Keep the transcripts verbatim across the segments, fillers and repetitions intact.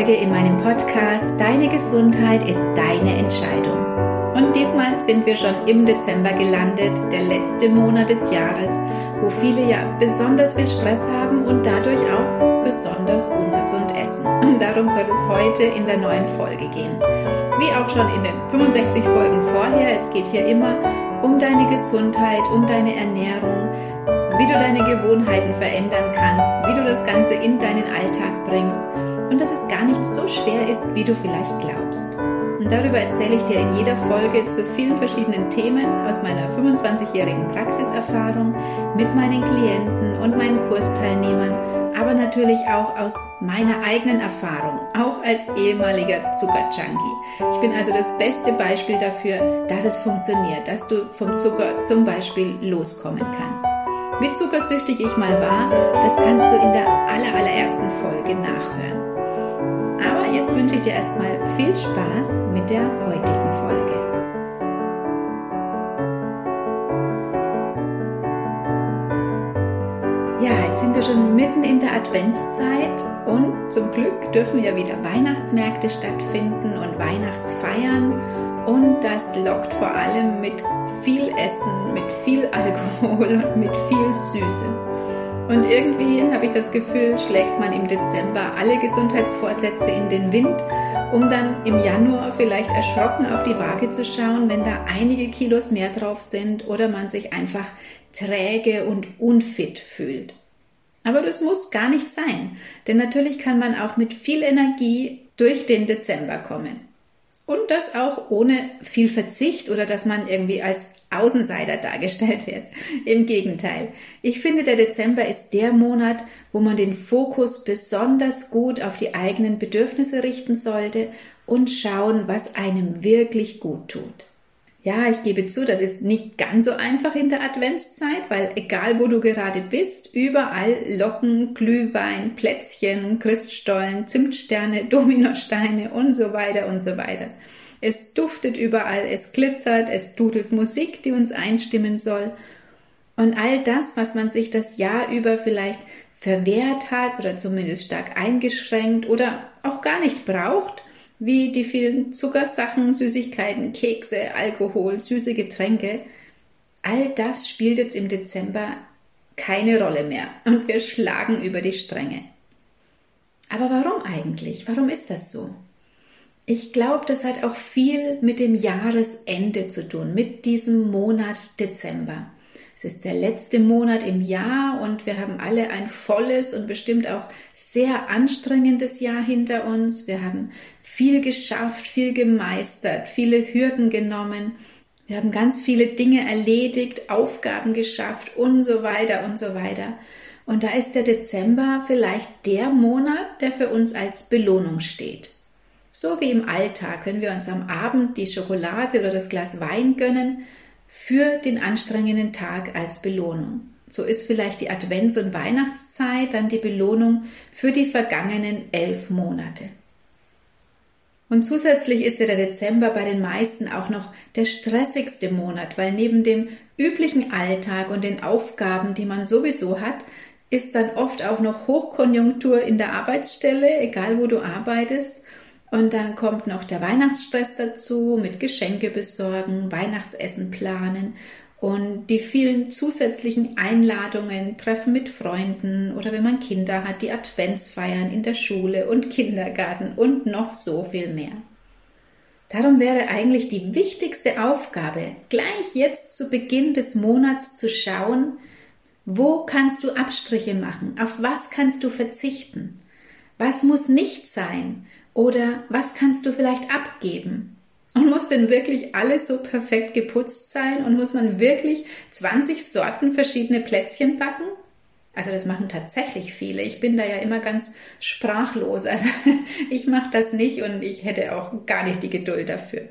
Folge in meinem Podcast Deine Gesundheit ist deine Entscheidung. Und diesmal sind wir schon im Dezember gelandet, der letzte Monat des Jahres, wo viele ja besonders viel Stress haben und dadurch auch besonders ungesund essen. Und darum soll es heute in der neuen Folge gehen. Wie auch schon in den fünfundsechzig Folgen vorher, es geht hier immer um deine Gesundheit, um deine Ernährung, wie du deine Gewohnheiten verändern kannst, wie du das Ganze in deinen Alltag bringst und dass es gar nicht so schwer ist, wie du vielleicht glaubst. Und darüber erzähle ich dir in jeder Folge zu vielen verschiedenen Themen aus meiner fünfundzwanzigjährigen Praxiserfahrung mit meinen Klienten und meinen Kursteilnehmern, aber natürlich auch aus meiner eigenen Erfahrung, auch als ehemaliger Zuckerjunkie. Ich bin also das beste Beispiel dafür, dass es funktioniert, dass du vom Zucker zum Beispiel loskommen kannst. Wie zuckersüchtig ich mal war, das kannst du in der aller, allerersten Folge nachhören. Aber jetzt wünsche ich dir erstmal viel Spaß mit der heutigen Folge. Ja, jetzt sind wir schon mitten in der Adventszeit und zum Glück dürfen ja wieder Weihnachtsmärkte stattfinden und Weihnachtsfeiern. Und das lockt vor allem mit viel Essen, mit viel Alkohol und mit viel Süßem. Und irgendwie habe ich das Gefühl, schlägt man im Dezember alle Gesundheitsvorsätze in den Wind, um dann im Januar vielleicht erschrocken auf die Waage zu schauen, wenn da einige Kilos mehr drauf sind oder man sich einfach träge und unfit fühlt. Aber das muss gar nicht sein, denn natürlich kann man auch mit viel Energie durch den Dezember kommen. Und das auch ohne viel Verzicht oder dass man irgendwie als Außenseiter dargestellt wird. Im Gegenteil. Ich finde, der Dezember ist der Monat, wo man den Fokus besonders gut auf die eigenen Bedürfnisse richten sollte und schauen, was einem wirklich gut tut. Ja, ich gebe zu, das ist nicht ganz so einfach in der Adventszeit, weil egal wo du gerade bist, überall locken Glühwein, Plätzchen, Christstollen, Zimtsterne, Dominosteine und so weiter und so weiter. Es duftet überall, es glitzert, es dudelt Musik, die uns einstimmen soll. Und all das, was man sich das Jahr über vielleicht verwehrt hat oder zumindest stark eingeschränkt oder auch gar nicht braucht, wie die vielen Zuckersachen, Süßigkeiten, Kekse, Alkohol, süße Getränke, all das spielt jetzt im Dezember keine Rolle mehr und wir schlagen über die Stränge. Aber warum eigentlich? Warum ist das so? Ich glaube, das hat auch viel mit dem Jahresende zu tun, mit diesem Monat Dezember. Es ist der letzte Monat im Jahr und wir haben alle ein volles und bestimmt auch sehr anstrengendes Jahr hinter uns. Wir haben viel geschafft, viel gemeistert, viele Hürden genommen. Wir haben ganz viele Dinge erledigt, Aufgaben geschafft und so weiter und so weiter. Und da ist der Dezember vielleicht der Monat, der für uns als Belohnung steht. So wie im Alltag, wenn wir uns am Abend die Schokolade oder das Glas Wein gönnen, für den anstrengenden Tag als Belohnung. So ist vielleicht die Advents- und Weihnachtszeit dann die Belohnung für die vergangenen elf Monate. Und zusätzlich ist ja der Dezember bei den meisten auch noch der stressigste Monat, weil neben dem üblichen Alltag und den Aufgaben, die man sowieso hat, ist dann oft auch noch Hochkonjunktur in der Arbeitsstelle, egal wo du arbeitest. Und dann kommt noch der Weihnachtsstress dazu mit Geschenke besorgen, Weihnachtsessen planen und die vielen zusätzlichen Einladungen, Treffen mit Freunden oder wenn man Kinder hat, die Adventsfeiern in der Schule und Kindergarten und noch so viel mehr. Darum wäre eigentlich die wichtigste Aufgabe, gleich jetzt zu Beginn des Monats zu schauen, wo kannst du Abstriche machen, auf was kannst du verzichten, was muss nicht sein. Oder was kannst du vielleicht abgeben? Und muss denn wirklich alles so perfekt geputzt sein? Und muss man wirklich zwanzig Sorten verschiedene Plätzchen backen? Also das machen tatsächlich viele. Ich bin da ja immer ganz sprachlos. Also ich mache das nicht und ich hätte auch gar nicht die Geduld dafür.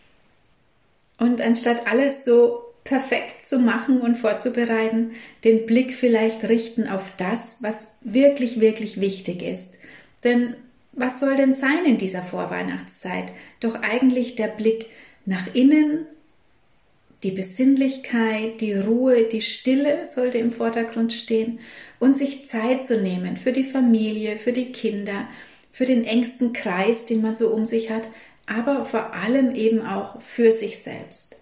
Und anstatt alles so perfekt zu machen und vorzubereiten, den Blick vielleicht richten auf das, was wirklich, wirklich wichtig ist. Denn was soll denn sein in dieser Vorweihnachtszeit? Doch eigentlich der Blick nach innen, die Besinnlichkeit, die Ruhe, die Stille sollte im Vordergrund stehen und sich Zeit zu nehmen für die Familie, für die Kinder, für den engsten Kreis, den man so um sich hat, aber vor allem eben auch für sich selbst.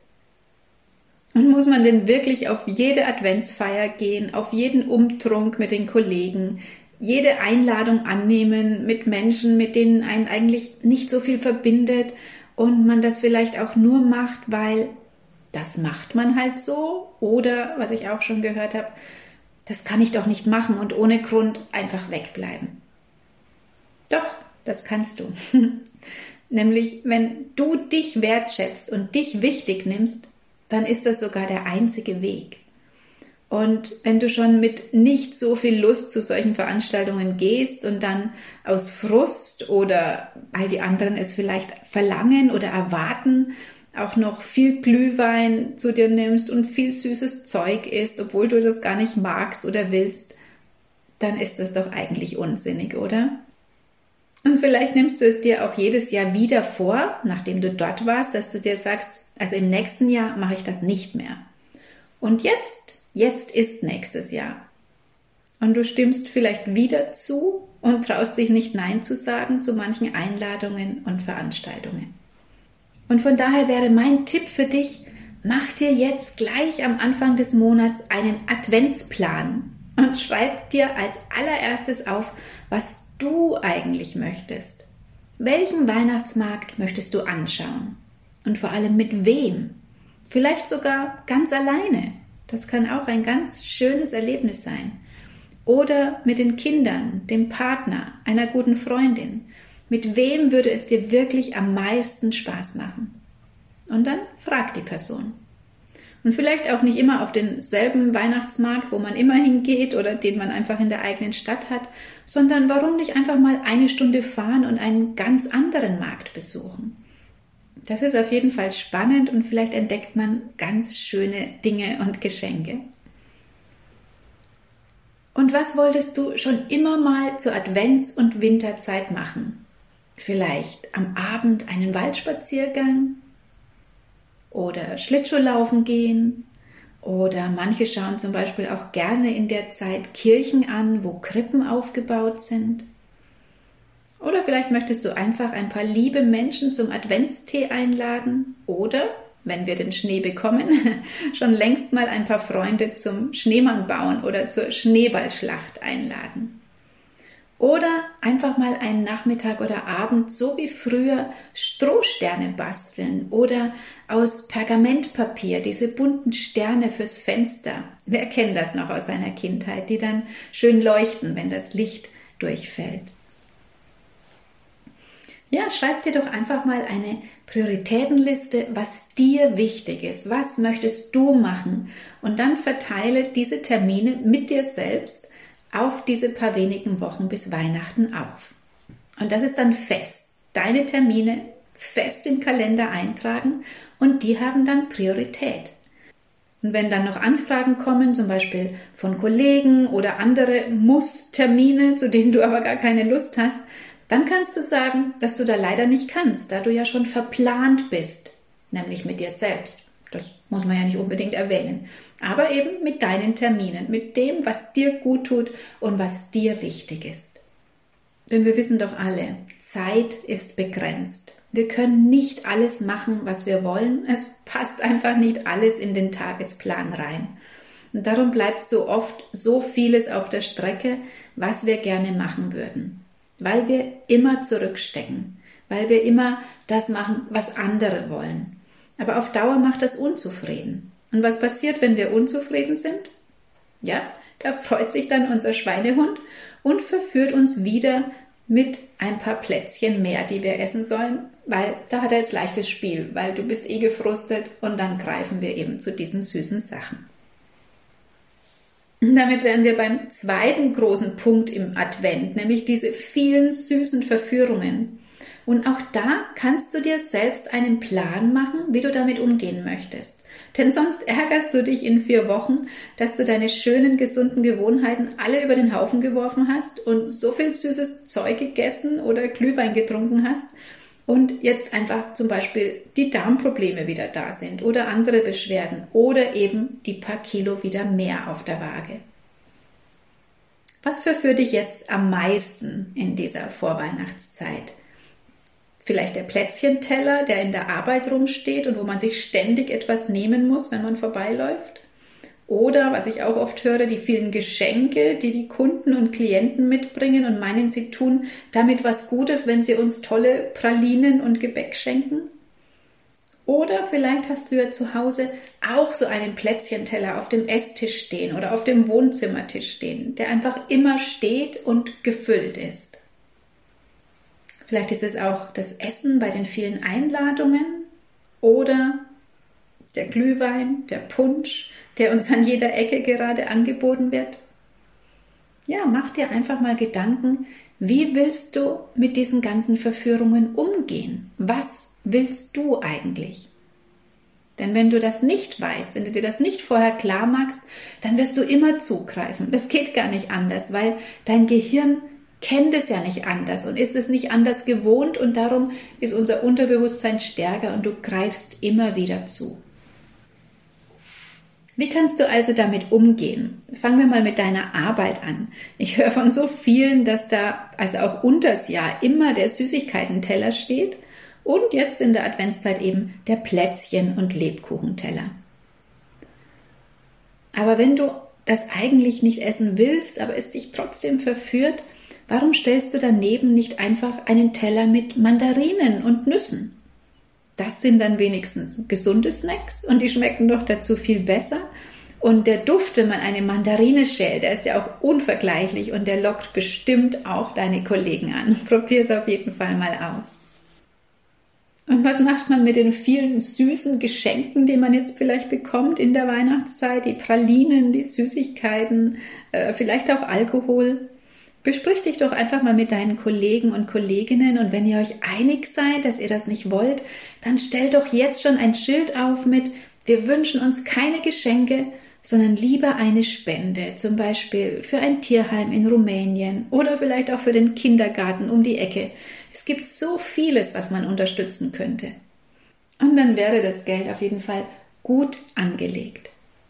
Und muss man denn wirklich auf jede Adventsfeier gehen, auf jeden Umtrunk mit den Kollegen, jede Einladung annehmen mit Menschen, mit denen einen eigentlich nicht so viel verbindet und man das vielleicht auch nur macht, weil das macht man halt so, oder, was ich auch schon gehört habe, das kann ich doch nicht machen und ohne Grund einfach wegbleiben. Doch, das kannst du. Nämlich, wenn du dich wertschätzt und dich wichtig nimmst, dann ist das sogar der einzige Weg. Und wenn du schon mit nicht so viel Lust zu solchen Veranstaltungen gehst und dann aus Frust oder weil die anderen es vielleicht verlangen oder erwarten, auch noch viel Glühwein zu dir nimmst und viel süßes Zeug isst, obwohl du das gar nicht magst oder willst, dann ist das doch eigentlich unsinnig, oder? Und vielleicht nimmst du es dir auch jedes Jahr wieder vor, nachdem du dort warst, dass du dir sagst, also im nächsten Jahr mache ich das nicht mehr. Und jetzt, jetzt ist nächstes Jahr. Und du stimmst vielleicht wieder zu und traust dich nicht Nein zu sagen zu manchen Einladungen und Veranstaltungen. Und von daher wäre mein Tipp für dich, mach dir jetzt gleich am Anfang des Monats einen Adventsplan und schreib dir als allererstes auf, was du eigentlich möchtest. Welchen Weihnachtsmarkt möchtest du anschauen? Und vor allem mit wem? Vielleicht sogar ganz alleine. Das kann auch ein ganz schönes Erlebnis sein. Oder mit den Kindern, dem Partner, einer guten Freundin. Mit wem würde es dir wirklich am meisten Spaß machen? Und dann frag die Person. Und vielleicht auch nicht immer auf denselben Weihnachtsmarkt, wo man immer hingeht oder den man einfach in der eigenen Stadt hat, sondern warum nicht einfach mal eine Stunde fahren und einen ganz anderen Markt besuchen? Das ist auf jeden Fall spannend und vielleicht entdeckt man ganz schöne Dinge und Geschenke. Und was wolltest du schon immer mal zur Advents- und Winterzeit machen? Vielleicht am Abend einen Waldspaziergang oder Schlittschuhlaufen gehen, oder manche schauen zum Beispiel auch gerne in der Zeit Kirchen an, wo Krippen aufgebaut sind. Oder vielleicht möchtest du einfach ein paar liebe Menschen zum Adventstee einladen oder, wenn wir den Schnee bekommen, schon längst mal ein paar Freunde zum Schneemann bauen oder zur Schneeballschlacht einladen. Oder einfach mal einen Nachmittag oder Abend, so wie früher, Strohsterne basteln oder aus Pergamentpapier diese bunten Sterne fürs Fenster. Wer kennt das noch aus seiner Kindheit, die dann schön leuchten, wenn das Licht durchfällt. Ja, schreib dir doch einfach mal eine Prioritätenliste, was dir wichtig ist. Was möchtest du machen? Und dann verteile diese Termine mit dir selbst auf diese paar wenigen Wochen bis Weihnachten auf. Und das ist dann fest. Deine Termine fest im Kalender eintragen und die haben dann Priorität. Und wenn dann noch Anfragen kommen, zum Beispiel von Kollegen oder andere Muss-Termine, zu denen du aber gar keine Lust hast, dann kannst du sagen, dass du da leider nicht kannst, da du ja schon verplant bist, nämlich mit dir selbst. Das muss man ja nicht unbedingt erwähnen. Aber eben mit deinen Terminen, mit dem, was dir gut tut und was dir wichtig ist. Denn wir wissen doch alle, Zeit ist begrenzt. Wir können nicht alles machen, was wir wollen. Es passt einfach nicht alles in den Tagesplan rein. Und darum bleibt so oft so vieles auf der Strecke, was wir gerne machen würden. Weil wir immer zurückstecken. Weil wir immer das machen, was andere wollen. Aber auf Dauer macht das unzufrieden. Und was passiert, wenn wir unzufrieden sind? Ja, da freut sich dann unser Schweinehund und verführt uns wieder mit ein paar Plätzchen mehr, die wir essen sollen, weil da hat er jetzt leichtes Spiel, weil du bist eh gefrustet und dann greifen wir eben zu diesen süßen Sachen. Und damit wären wir beim zweiten großen Punkt im Advent, nämlich diese vielen süßen Verführungen. Und auch da kannst du dir selbst einen Plan machen, wie du damit umgehen möchtest. Denn sonst ärgerst du dich in vier Wochen, dass du deine schönen, gesunden Gewohnheiten alle über den Haufen geworfen hast und so viel süßes Zeug gegessen oder Glühwein getrunken hast und jetzt einfach zum Beispiel die Darmprobleme wieder da sind oder andere Beschwerden oder eben die paar Kilo wieder mehr auf der Waage. Was verführt dich jetzt am meisten in dieser Vorweihnachtszeit? Vielleicht der Plätzchenteller, der in der Arbeit rumsteht und wo man sich ständig etwas nehmen muss, wenn man vorbeiläuft? Oder, was ich auch oft höre, die vielen Geschenke, die die Kunden und Klienten mitbringen und meinen, sie tun damit was Gutes, wenn sie uns tolle Pralinen und Gebäck schenken? Oder vielleicht hast du ja zu Hause auch so einen Plätzchenteller auf dem Esstisch stehen oder auf dem Wohnzimmertisch stehen, der einfach immer steht und gefüllt ist. Vielleicht ist es auch das Essen bei den vielen Einladungen oder der Glühwein, der Punsch, der uns an jeder Ecke gerade angeboten wird. Ja, mach dir einfach mal Gedanken, wie willst du mit diesen ganzen Verführungen umgehen? Was willst du eigentlich? Denn wenn du das nicht weißt, wenn du dir das nicht vorher klar machst, dann wirst du immer zugreifen. Das geht gar nicht anders, weil dein Gehirn kennt es ja nicht anders und ist es nicht anders gewohnt und darum ist unser Unterbewusstsein stärker und du greifst immer wieder zu. Wie kannst du also damit umgehen? Fangen wir mal mit deiner Arbeit an. Ich höre von so vielen, dass da also auch unters Jahr immer der Süßigkeitenteller steht und jetzt in der Adventszeit eben der Plätzchen- und Lebkuchenteller. Aber wenn du das eigentlich nicht essen willst, aber es dich trotzdem verführt, warum stellst du daneben nicht einfach einen Teller mit Mandarinen und Nüssen? Das sind dann wenigstens gesunde Snacks und die schmecken doch dazu viel besser. Und der Duft, wenn man eine Mandarine schält, der ist ja auch unvergleichlich und der lockt bestimmt auch deine Kollegen an. Probier es auf jeden Fall mal aus. Und was macht man mit den vielen süßen Geschenken, die man jetzt vielleicht bekommt in der Weihnachtszeit? Die Pralinen, die Süßigkeiten, äh, vielleicht auch Alkohol. Besprich dich doch einfach mal mit deinen Kollegen und Kolleginnen und wenn ihr euch einig seid, dass ihr das nicht wollt, dann stellt doch jetzt schon ein Schild auf mit: Wir wünschen uns keine Geschenke, sondern lieber eine Spende, zum Beispiel für ein Tierheim in Rumänien oder vielleicht auch für den Kindergarten um die Ecke. Es gibt so vieles, was man unterstützen könnte. Und dann wäre das Geld auf jeden Fall gut angelegt.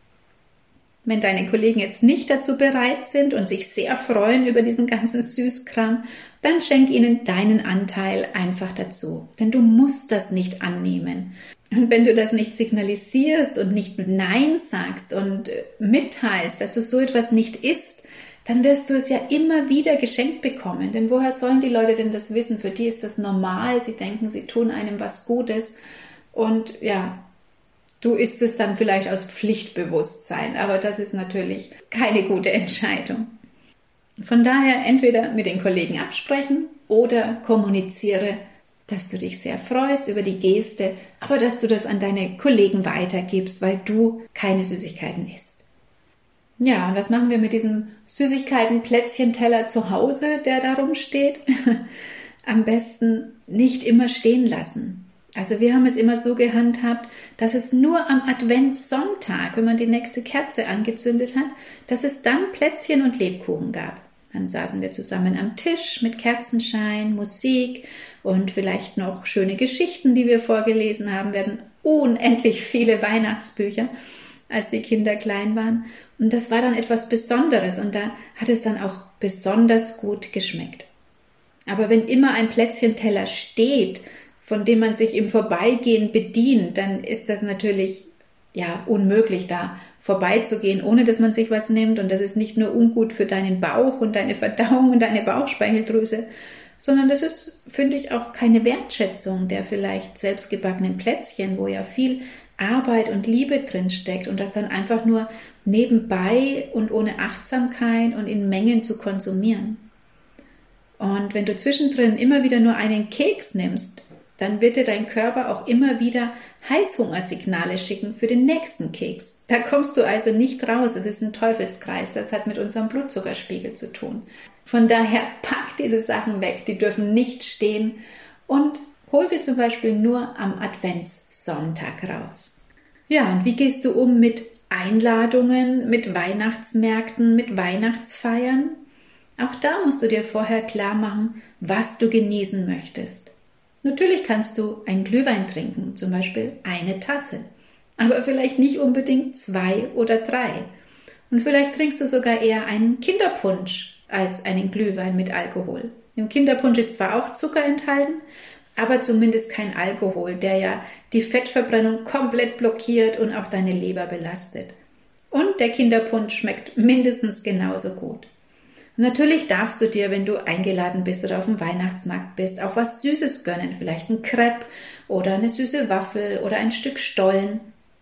Wenn deine Kollegen jetzt nicht dazu bereit sind und sich sehr freuen über diesen ganzen Süßkram, dann schenk ihnen deinen Anteil einfach dazu. Denn du musst das nicht annehmen. Und wenn du das nicht signalisierst und nicht Nein sagst und mitteilst, dass du so etwas nicht isst, dann wirst du es ja immer wieder geschenkt bekommen. Denn woher sollen die Leute denn das wissen? Für die ist das normal. Sie denken, sie tun einem was Gutes. Und ja, du isst es dann vielleicht aus Pflichtbewusstsein, aber das ist natürlich keine gute Entscheidung. Von daher entweder mit den Kollegen absprechen oder kommuniziere, dass du dich sehr freust über die Geste, aber dass du das an deine Kollegen weitergibst, weil du keine Süßigkeiten isst. Ja, und was machen wir mit diesem Süßigkeiten-Plätzchenteller zu Hause, der da rumsteht? Am besten nicht immer stehen lassen. Also wir haben es immer so gehandhabt, dass es nur am Adventssonntag, wenn man die nächste Kerze angezündet hat, dass es dann Plätzchen und Lebkuchen gab. Dann saßen wir zusammen am Tisch mit Kerzenschein, Musik und vielleicht noch schöne Geschichten, die wir vorgelesen haben. Wir hatten unendlich viele Weihnachtsbücher, als die Kinder klein waren. Und das war dann etwas Besonderes und da hat es dann auch besonders gut geschmeckt. Aber wenn immer ein Plätzchenteller steht, von dem man sich im Vorbeigehen bedient, dann ist das natürlich ja unmöglich, da vorbeizugehen, ohne dass man sich was nimmt. Und das ist nicht nur ungut für deinen Bauch und deine Verdauung und deine Bauchspeicheldrüse, sondern das ist, finde ich, auch keine Wertschätzung der vielleicht selbstgebackenen Plätzchen, wo ja viel Arbeit und Liebe drin steckt und das dann einfach nur nebenbei und ohne Achtsamkeit und in Mengen zu konsumieren. Und wenn du zwischendrin immer wieder nur einen Keks nimmst, dann wird dir dein Körper auch immer wieder Heißhungersignale schicken für den nächsten Keks. Da kommst du also nicht raus. Es ist ein Teufelskreis. Das hat mit unserem Blutzuckerspiegel zu tun. Von daher pack diese Sachen weg. Die dürfen nicht stehen und hol sie zum Beispiel nur am Adventssonntag raus. Ja, und wie gehst du um mit Einladungen, mit Weihnachtsmärkten, mit Weihnachtsfeiern? Auch da musst du dir vorher klar machen, was du genießen möchtest. Natürlich kannst du einen Glühwein trinken, zum Beispiel eine Tasse, aber vielleicht nicht unbedingt zwei oder drei. Und vielleicht trinkst du sogar eher einen Kinderpunsch, als einen Glühwein mit Alkohol. Im Kinderpunsch ist zwar auch Zucker enthalten, aber zumindest kein Alkohol, der ja die Fettverbrennung komplett blockiert und auch deine Leber belastet. Und der Kinderpunsch schmeckt mindestens genauso gut. Natürlich darfst du dir, wenn du eingeladen bist oder auf dem Weihnachtsmarkt bist, auch was Süßes gönnen, vielleicht ein Crepe oder eine süße Waffel oder ein Stück Stollen,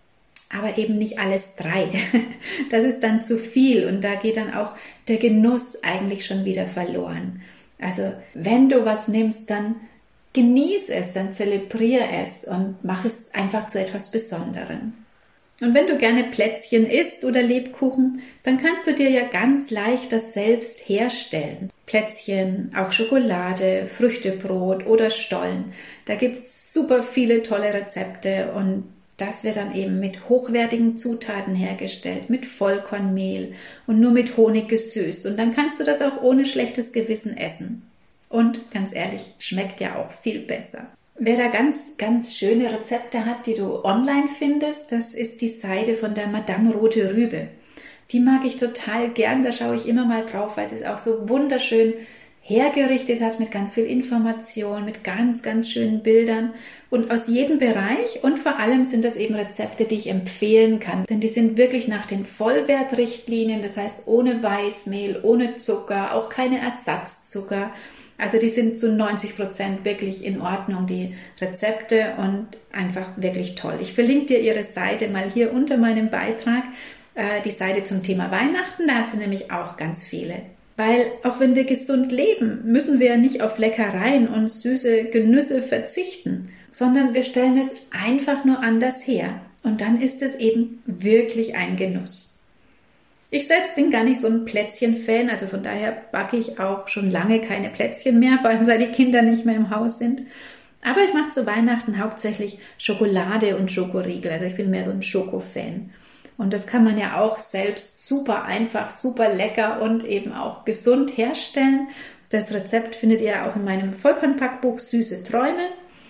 aber eben nicht alles drei. Das ist dann zu viel und da geht dann auch der Genuss eigentlich schon wieder verloren. Also wenn du was nimmst, dann genieß es, dann zelebriere es und mach es einfach zu etwas Besonderem. Und wenn du gerne Plätzchen isst oder Lebkuchen, dann kannst du dir ja ganz leicht das selbst herstellen. Plätzchen, auch Schokolade, Früchtebrot oder Stollen. Da gibt's super viele tolle Rezepte und das wird dann eben mit hochwertigen Zutaten hergestellt, mit Vollkornmehl und nur mit Honig gesüßt. Und dann kannst du das auch ohne schlechtes Gewissen essen. Und ganz ehrlich, schmeckt ja auch viel besser. Wer da ganz, ganz schöne Rezepte hat, die du online findest, das ist die Seite von der Madame Rote Rübe. Die mag ich total gern, da schaue ich immer mal drauf, weil sie es auch so wunderschön hergerichtet hat mit ganz viel Information, mit ganz, ganz schönen Bildern und aus jedem Bereich. Und vor allem sind das eben Rezepte, die ich empfehlen kann, denn die sind wirklich nach den Vollwertrichtlinien, das heißt ohne Weißmehl, ohne Zucker, auch keine Ersatzzucker. Also die sind zu neunzig Prozent wirklich in Ordnung, die Rezepte, und einfach wirklich toll. Ich verlinke dir ihre Seite mal hier unter meinem Beitrag, äh, die Seite zum Thema Weihnachten, da hat sie nämlich auch ganz viele. Weil auch wenn wir gesund leben, müssen wir ja nicht auf Leckereien und süße Genüsse verzichten, sondern wir stellen es einfach nur anders her. Und dann ist es eben wirklich ein Genuss. Ich selbst bin gar nicht so ein Plätzchen-Fan, also von daher backe ich auch schon lange keine Plätzchen mehr, vor allem seit die Kinder nicht mehr im Haus sind. Aber ich mache zu Weihnachten hauptsächlich Schokolade und Schokoriegel, also ich bin mehr so ein Schoko-Fan. Und das kann man ja auch selbst super einfach, super lecker und eben auch gesund herstellen. Das Rezept findet ihr auch in meinem Vollkornbackbuch Süße Träume.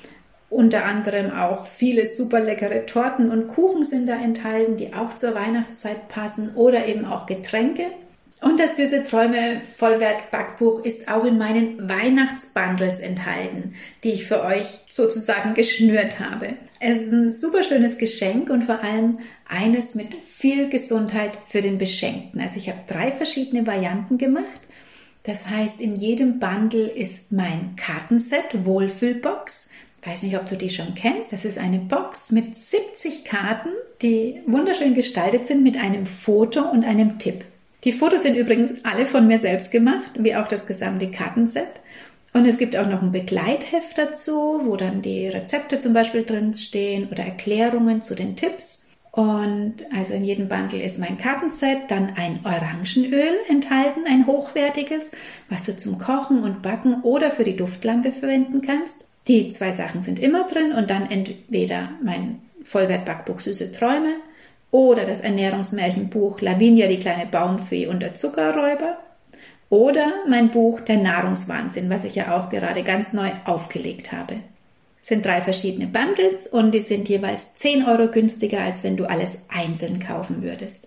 Unter anderem auch viele super leckere Torten und Kuchen sind da enthalten, die auch zur Weihnachtszeit passen, oder eben auch Getränke. Und das Süße Träume Vollwert-Backbuch ist auch in meinen Weihnachtsbundles enthalten, die ich für euch sozusagen geschnürt habe. Es ist ein super schönes Geschenk und vor allem eines mit viel Gesundheit für den Beschenkten. Also ich habe drei verschiedene Varianten gemacht. Das heißt, in jedem Bundle ist mein Kartenset Wohlfühlbox. Ich weiß nicht, ob du die schon kennst. Das ist eine Box mit siebzig Karten, die wunderschön gestaltet sind mit einem Foto und einem Tipp. Die Fotos sind übrigens alle von mir selbst gemacht, wie auch das gesamte Kartenset. Und es gibt auch noch ein Begleitheft dazu, wo dann die Rezepte zum Beispiel drin stehen oder Erklärungen zu den Tipps. Und also in jedem Bundle ist mein Kartenset, dann ein Orangenöl enthalten, ein hochwertiges, was du zum Kochen und Backen oder für die Duftlampe verwenden kannst. Die zwei Sachen sind immer drin und dann entweder mein Vollwert-Backbuch Süße Träume oder das Ernährungsmärchenbuch Lavinia, die kleine Baumfee und der Zuckerräuber oder mein Buch Der Nahrungswahnsinn, was ich ja auch gerade ganz neu aufgelegt habe. Es sind drei verschiedene Bundles und die sind jeweils zehn Euro günstiger, als wenn du alles einzeln kaufen würdest.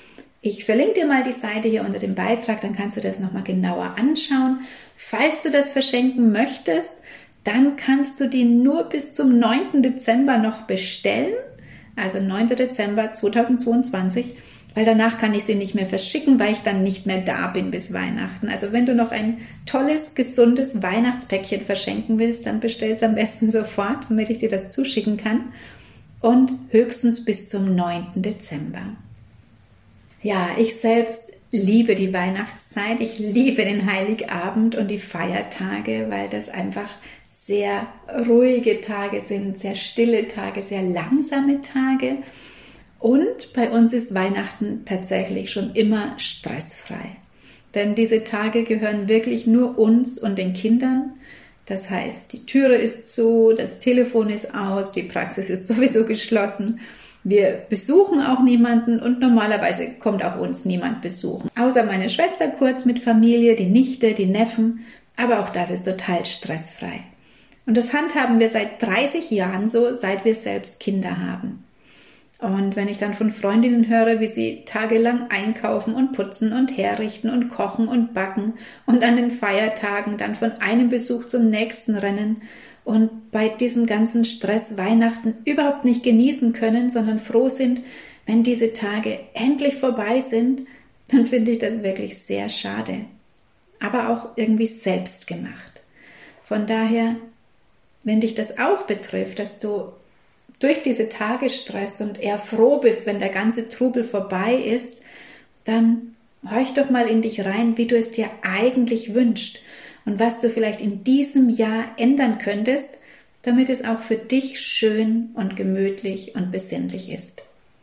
Ich verlinke dir mal die Seite hier unter dem Beitrag, dann kannst du das nochmal genauer anschauen. Falls du das verschenken möchtest, dann kannst du die nur bis zum neunten Dezember noch bestellen, also neunten Dezember zweitausendzweiundzwanzig, weil danach kann ich sie nicht mehr verschicken, weil ich dann nicht mehr da bin bis Weihnachten. Also wenn du noch ein tolles, gesundes Weihnachtspäckchen verschenken willst, dann bestell es am besten sofort, damit ich dir das zuschicken kann, und höchstens bis zum neunten Dezember. Ja, ich selbst liebe die Weihnachtszeit, ich liebe den Heiligabend und die Feiertage, weil das einfach sehr ruhige Tage sind, sehr stille Tage, sehr langsame Tage. Und bei uns ist Weihnachten tatsächlich schon immer stressfrei. Denn diese Tage gehören wirklich nur uns und den Kindern. Das heißt, die Türe ist zu, das Telefon ist aus, die Praxis ist sowieso geschlossen. Wir besuchen auch niemanden und normalerweise kommt auch uns niemand besuchen. Außer meine Schwester kurz mit Familie, die Nichte, die Neffen. Aber auch das ist total stressfrei. Und das handhaben wir seit dreißig Jahren so, seit wir selbst Kinder haben. Und wenn ich dann von Freundinnen höre, wie sie tagelang einkaufen und putzen und herrichten und kochen und backen und an den Feiertagen dann von einem Besuch zum nächsten rennen und bei diesem ganzen Stress Weihnachten überhaupt nicht genießen können, sondern froh sind, wenn diese Tage endlich vorbei sind, dann finde ich das wirklich sehr schade. Aber auch irgendwie selbst gemacht. Von daher, wenn dich das auch betrifft, dass du durch diese Tage stresst und eher froh bist, wenn der ganze Trubel vorbei ist, dann horch doch mal in dich rein, wie du es dir eigentlich wünschst und was du vielleicht in diesem Jahr ändern könntest, damit es auch für dich schön und gemütlich und besinnlich ist.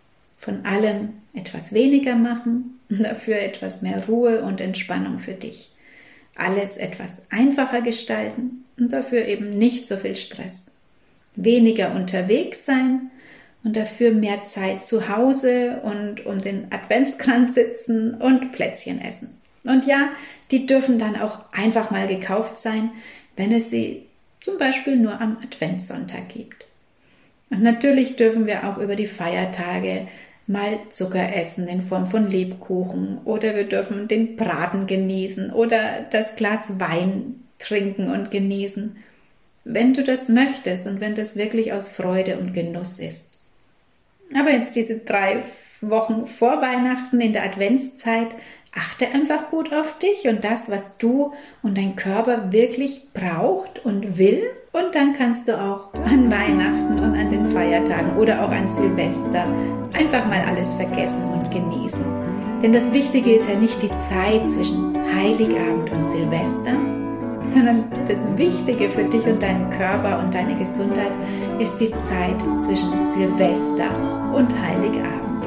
Von allem etwas weniger machen und dafür etwas mehr Ruhe und Entspannung für dich. Alles etwas einfacher gestalten und dafür eben nicht so viel Stress. Weniger unterwegs sein und dafür mehr Zeit zu Hause und um den Adventskranz sitzen und Plätzchen essen. Und ja, die dürfen dann auch einfach mal gekauft sein, wenn es sie zum Beispiel nur am Adventssonntag gibt. Und natürlich dürfen wir auch über die Feiertage mal Zucker essen in Form von Lebkuchen oder wir dürfen den Braten genießen oder das Glas Wein trinken und genießen. Wenn du das möchtest und wenn das wirklich aus Freude und Genuss ist. Aber jetzt diese drei Wochen vor Weihnachten in der Adventszeit, achte einfach gut auf dich und das, was du und dein Körper wirklich braucht und will. Und dann kannst du auch an Weihnachten und an den Feiertagen oder auch an Silvester einfach mal alles vergessen und genießen. Denn das Wichtige ist ja nicht die Zeit zwischen Heiligabend und Silvester, sondern das Wichtige für dich und deinen Körper und deine Gesundheit ist die Zeit zwischen Silvester und Heiligabend.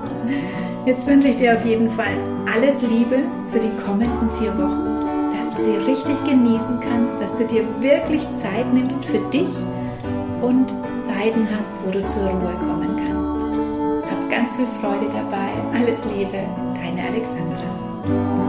Jetzt wünsche ich dir auf jeden Fall alles Liebe für die kommenden vier Wochen, dass du sie richtig genießen kannst, dass du dir wirklich Zeit nimmst für dich und Zeiten hast, wo du zur Ruhe kommen kannst. Hab ganz viel Freude dabei. Alles Liebe, deine Alexandra.